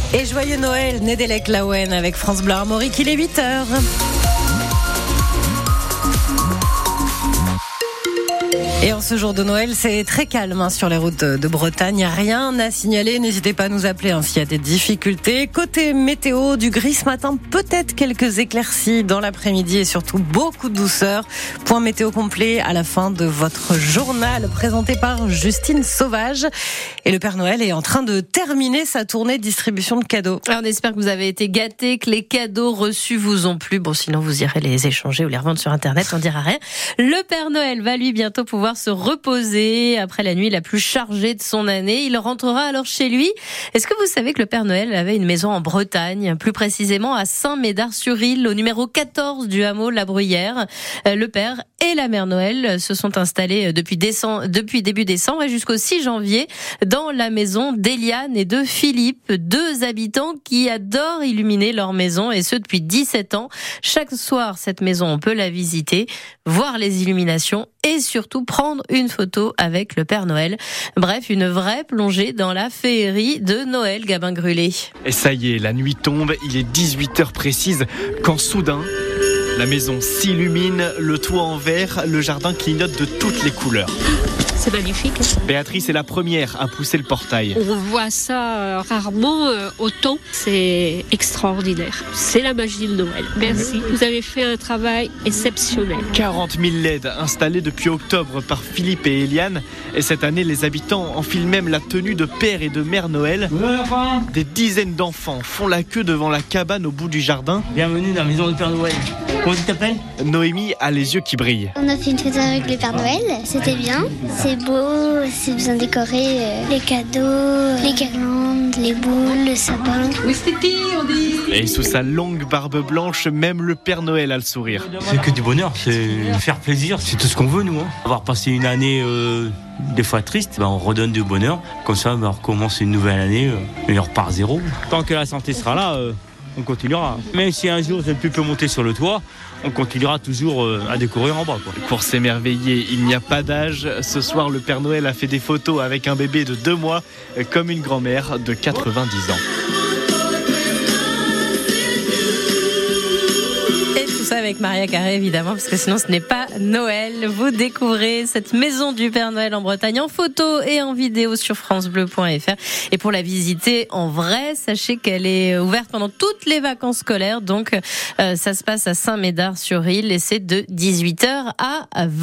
Et joyeux Noël, Nedelec Laouen avec France Bleu Armorique, il est 8h. Et en ce jour de Noël, c'est très calme sur les routes de Bretagne. Rien à signaler. N'hésitez pas à nous appeler s'il y a des difficultés. Côté météo, du gris ce matin, peut-être quelques éclaircies dans l'après-midi et surtout beaucoup de douceur. Point météo complet à la fin de votre journal présenté par Justine Sauvage. Et le Père Noël est en train de terminer sa tournée de distribution de cadeaux. Alors, on espère que vous avez été gâtés, que les cadeaux reçus vous ont plu. Bon, sinon vous irez les échanger ou les revendre sur Internet, on dira rien. Le Père Noël va lui bientôt pouvoir se reposer après la nuit la plus chargée de son année. Il rentrera alors chez lui. Est-ce que vous savez que le Père Noël avait une maison en Bretagne, plus précisément à Saint-Médard-sur-Île, au numéro 14 du hameau La Bruyère. Le Père et la Mère Noël se sont installés depuis début décembre et jusqu'au 6 janvier dans la maison d'Eliane et de Philippe, deux habitants qui adorent illuminer leur maison et ce depuis 17 ans. Chaque soir, cette maison, on peut la visiter, voir les illuminations et surtout prendre une photo avec le Père Noël. Bref, une vraie plongée dans la féerie de Noël, Gabin Grulé. Et ça y est, la nuit tombe, il est 18h précise, quand soudain, la maison s'illumine, le toit en verre, le jardin clignote de toutes les couleurs. C'est magnifique. Béatrice est la première à pousser le portail. On voit ça rarement autant. C'est extraordinaire. C'est la magie de Noël. Merci. Vous avez fait un travail exceptionnel. 40 000 LED installés depuis octobre par Philippe et Eliane. Et cette année, les habitants enfilent même la tenue de Père et de Mère Noël. Des dizaines d'enfants font la queue devant la cabane au bout du jardin. Bienvenue dans la maison du Père Noël. Comment tu t'appelles ? Noémie a les yeux qui brillent. On a fait une photo avec le Père Noël. C'était bien. C'est beau, c'est bien décoré, les cadeaux, les guirlandes, les boules, le sapin. Oui, c'était on dit. Et sous sa longue barbe blanche, même le Père Noël a le sourire. C'est que du bonheur, c'est faire plaisir, c'est tout ce qu'on veut nous. Avoir passé une année des fois triste, on redonne du bonheur. Comme ça, on recommence une nouvelle année et on repart zéro. Tant que la santé sera là, on continuera. Même si un jour je ne peux plus monter sur le toit, on continuera toujours à décorer en bas. Pour s'émerveiller, il n'y a pas d'âge. Ce soir, le Père Noël a fait des photos avec un bébé de 2 mois, comme une grand-mère de 90 ans. Avec Maria Carré évidemment, parce que sinon ce n'est pas Noël. Vous découvrez cette maison du Père Noël en Bretagne en photo et en vidéo sur francebleu.fr. Et pour la visiter en vrai, sachez qu'elle est ouverte pendant toutes les vacances scolaires. Donc ça se passe à Saint-Médard-sur-Île et c'est de 18h à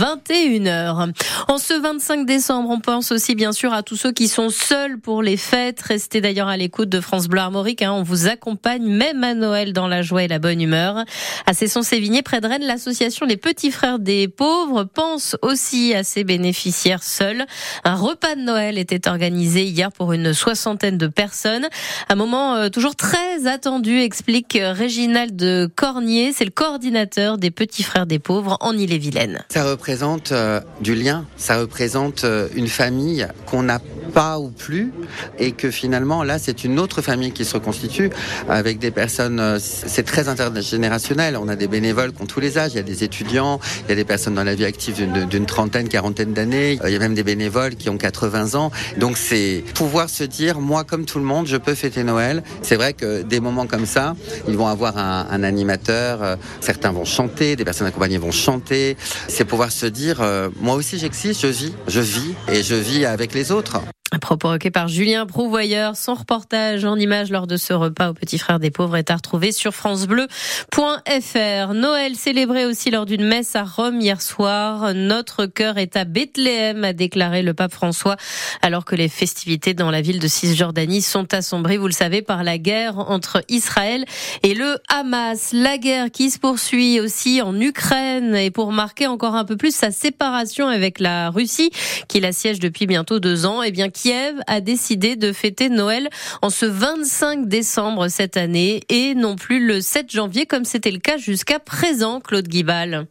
21h. En ce 25 décembre, on pense aussi bien sûr à tous ceux qui sont seuls pour les fêtes. Restez d'ailleurs à l'écoute de France Bleu Armorique. On vous accompagne même à Noël dans la joie et la bonne humeur. À Cesson-Sévigné, près de Rennes, l'association Les Petits Frères des Pauvres pense aussi à ses bénéficiaires seuls. Un repas de Noël était organisé hier pour une 60aine de personnes. Un moment toujours très attendu, explique Réginald Cornier. C'est le coordinateur des Petits Frères des Pauvres en Ille-et-Vilaine. Ça représente du lien, ça représente une famille qu'on n'a pas ou plus et que finalement là c'est une autre famille qui se reconstitue avec des personnes, c'est très intergénérationnel. On a des bénévoles qui ont tous les âges, il y a des étudiants, il y a des personnes dans la vie active d'une trentaine, quarantaine d'années, il y a même des bénévoles qui ont 80 ans. Donc c'est pouvoir se dire, moi comme tout le monde, je peux fêter Noël. C'est vrai que des moments comme ça, ils vont avoir un animateur, certains vont chanter, des personnes accompagnées vont chanter. C'est pouvoir se dire, moi aussi j'existe, je vis avec les autres. Un propos recueilli par Julien Prouvoyeur. Son reportage en images lors de ce repas aux Petits Frères des Pauvres est à retrouver sur francebleu.fr. Noël célébré aussi lors d'une messe à Rome hier soir. Notre cœur est à Bethléem, a déclaré le pape François, alors que les festivités dans la ville de Cisjordanie sont assombries, vous le savez, par la guerre entre Israël et le Hamas. La guerre qui se poursuit aussi en Ukraine et pour marquer encore un peu plus sa séparation avec la Russie, qui l'assiège depuis bientôt 2 ans, Kiev a décidé de fêter Noël en ce 25 décembre cette année et non plus le 7 janvier comme c'était le cas jusqu'à présent, Claude Guibal.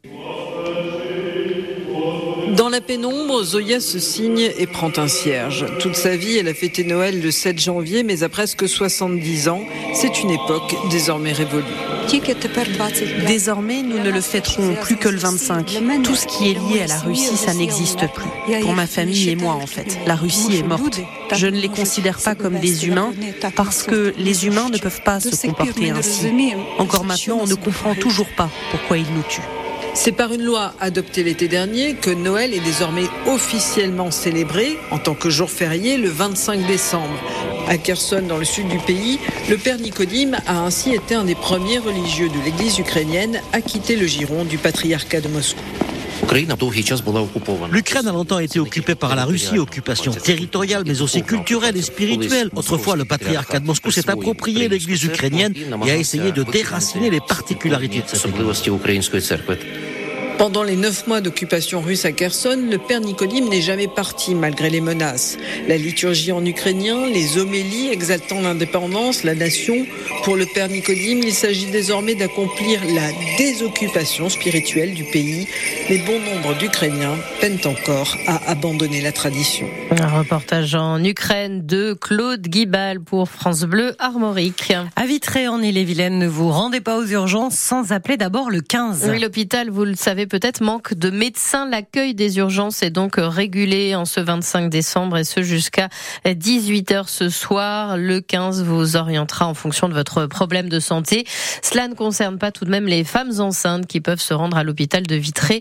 Dans la pénombre, Zoya se signe et prend un cierge. Toute sa vie, elle a fêté Noël le 7 janvier, mais à presque 70 ans, c'est une époque désormais révolue. Désormais, nous ne le fêterons plus que le 25. Tout ce qui est lié à la Russie, ça n'existe plus. Pour ma famille et moi, en fait. La Russie est morte. Je ne les considère pas comme des humains parce que les humains ne peuvent pas se comporter ainsi. Encore maintenant, on ne comprend toujours pas pourquoi ils nous tuent. C'est par une loi adoptée l'été dernier que Noël est désormais officiellement célébré en tant que jour férié le 25 décembre. À Kherson, dans le sud du pays, le père Nicodime a ainsi été un des premiers religieux de l'église ukrainienne à quitter le giron du patriarcat de Moscou. L'Ukraine a longtemps été occupée par la Russie, occupation territoriale mais aussi culturelle et spirituelle. Autrefois, le patriarcat de Moscou s'est approprié l'église ukrainienne et a essayé de déraciner les particularités de cette église. Pendant les 9 mois d'occupation russe à Kherson, le père Nicodime n'est jamais parti malgré les menaces. La liturgie en ukrainien, les homélies exaltant l'indépendance, la nation. Pour le père Nicodime, il s'agit désormais d'accomplir la désoccupation spirituelle du pays. Mais bon nombre d'Ukrainiens peinent encore à abandonner la tradition. Un reportage en Ukraine de Claude Guibal pour France Bleu Armorique. À Vitré, en Ille-et-Vilaine, ne vous rendez pas aux urgences sans appeler d'abord le 15. Oui, l'hôpital, vous le savez peut-être, manque de médecins. L'accueil des urgences est donc régulé en ce 25 décembre et ce jusqu'à 18h ce soir. Le 15 vous orientera en fonction de votre problème de santé. Cela ne concerne pas tout de même les femmes enceintes qui peuvent se rendre à l'hôpital de Vitré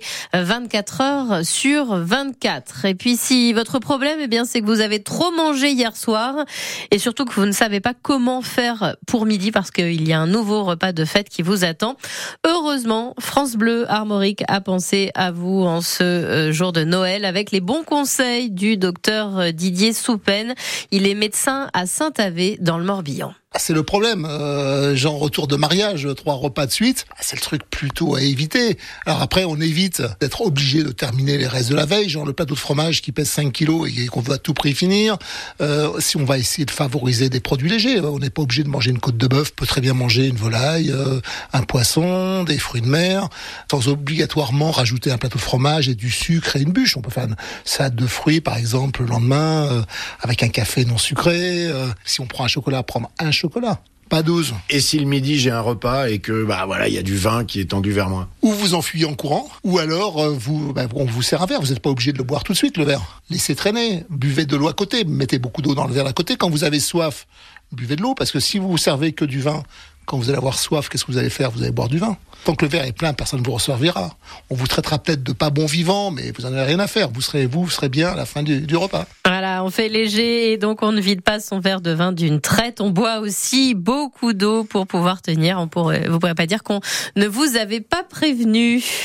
24 heures sur 24. Et puis si votre problème, c'est que vous avez trop mangé hier soir et surtout que vous ne savez pas comment faire pour midi parce qu'il y a un nouveau repas de fête qui vous attend. Heureusement, France Bleu Armorique a pensé à vous en ce jour de Noël avec les bons conseils du docteur Didier Soupen. Il est médecin à Saint-Avé dans le Morbihan. C'est le problème, genre retour de mariage, 3 repas de suite, c'est le truc plutôt à éviter. Alors après, on évite d'être obligé de terminer les restes de la veille, genre le plateau de fromage qui pèse 5 kilos et qu'on veut à tout prix finir. Si on va essayer de favoriser des produits légers, on n'est pas obligé de manger une côte de bœuf, on peut très bien manger une volaille, un poisson, des fruits de mer, sans obligatoirement rajouter un plateau de fromage et du sucre et une bûche. On peut faire une salade de fruits, par exemple, le lendemain, avec un café non sucré. Si on prend un chocolat, prendre un chocolat, pas 12. Et si le midi j'ai un repas et que il y a du vin qui est tendu vers moi. Ou vous enfuyez en courant, ou alors on vous sert un verre. Vous n'êtes pas obligé de le boire tout de suite le verre. Laissez traîner, buvez de l'eau à côté, mettez beaucoup d'eau dans le verre à côté. Quand vous avez soif, buvez de l'eau parce que si vous servez que du vin, quand vous allez avoir soif, qu'est-ce que vous allez faire ? Vous allez boire du vin. Tant que le verre est plein, personne ne vous resservira. On vous traitera peut-être de pas bon vivant, mais vous n'en avez rien à faire. Vous serez bien à la fin du repas. Voilà, on fait léger et donc on ne vide pas son verre de vin d'une traite. On boit aussi beaucoup d'eau pour pouvoir tenir. Vous pourrez pas dire qu'on ne vous avait pas prévenu.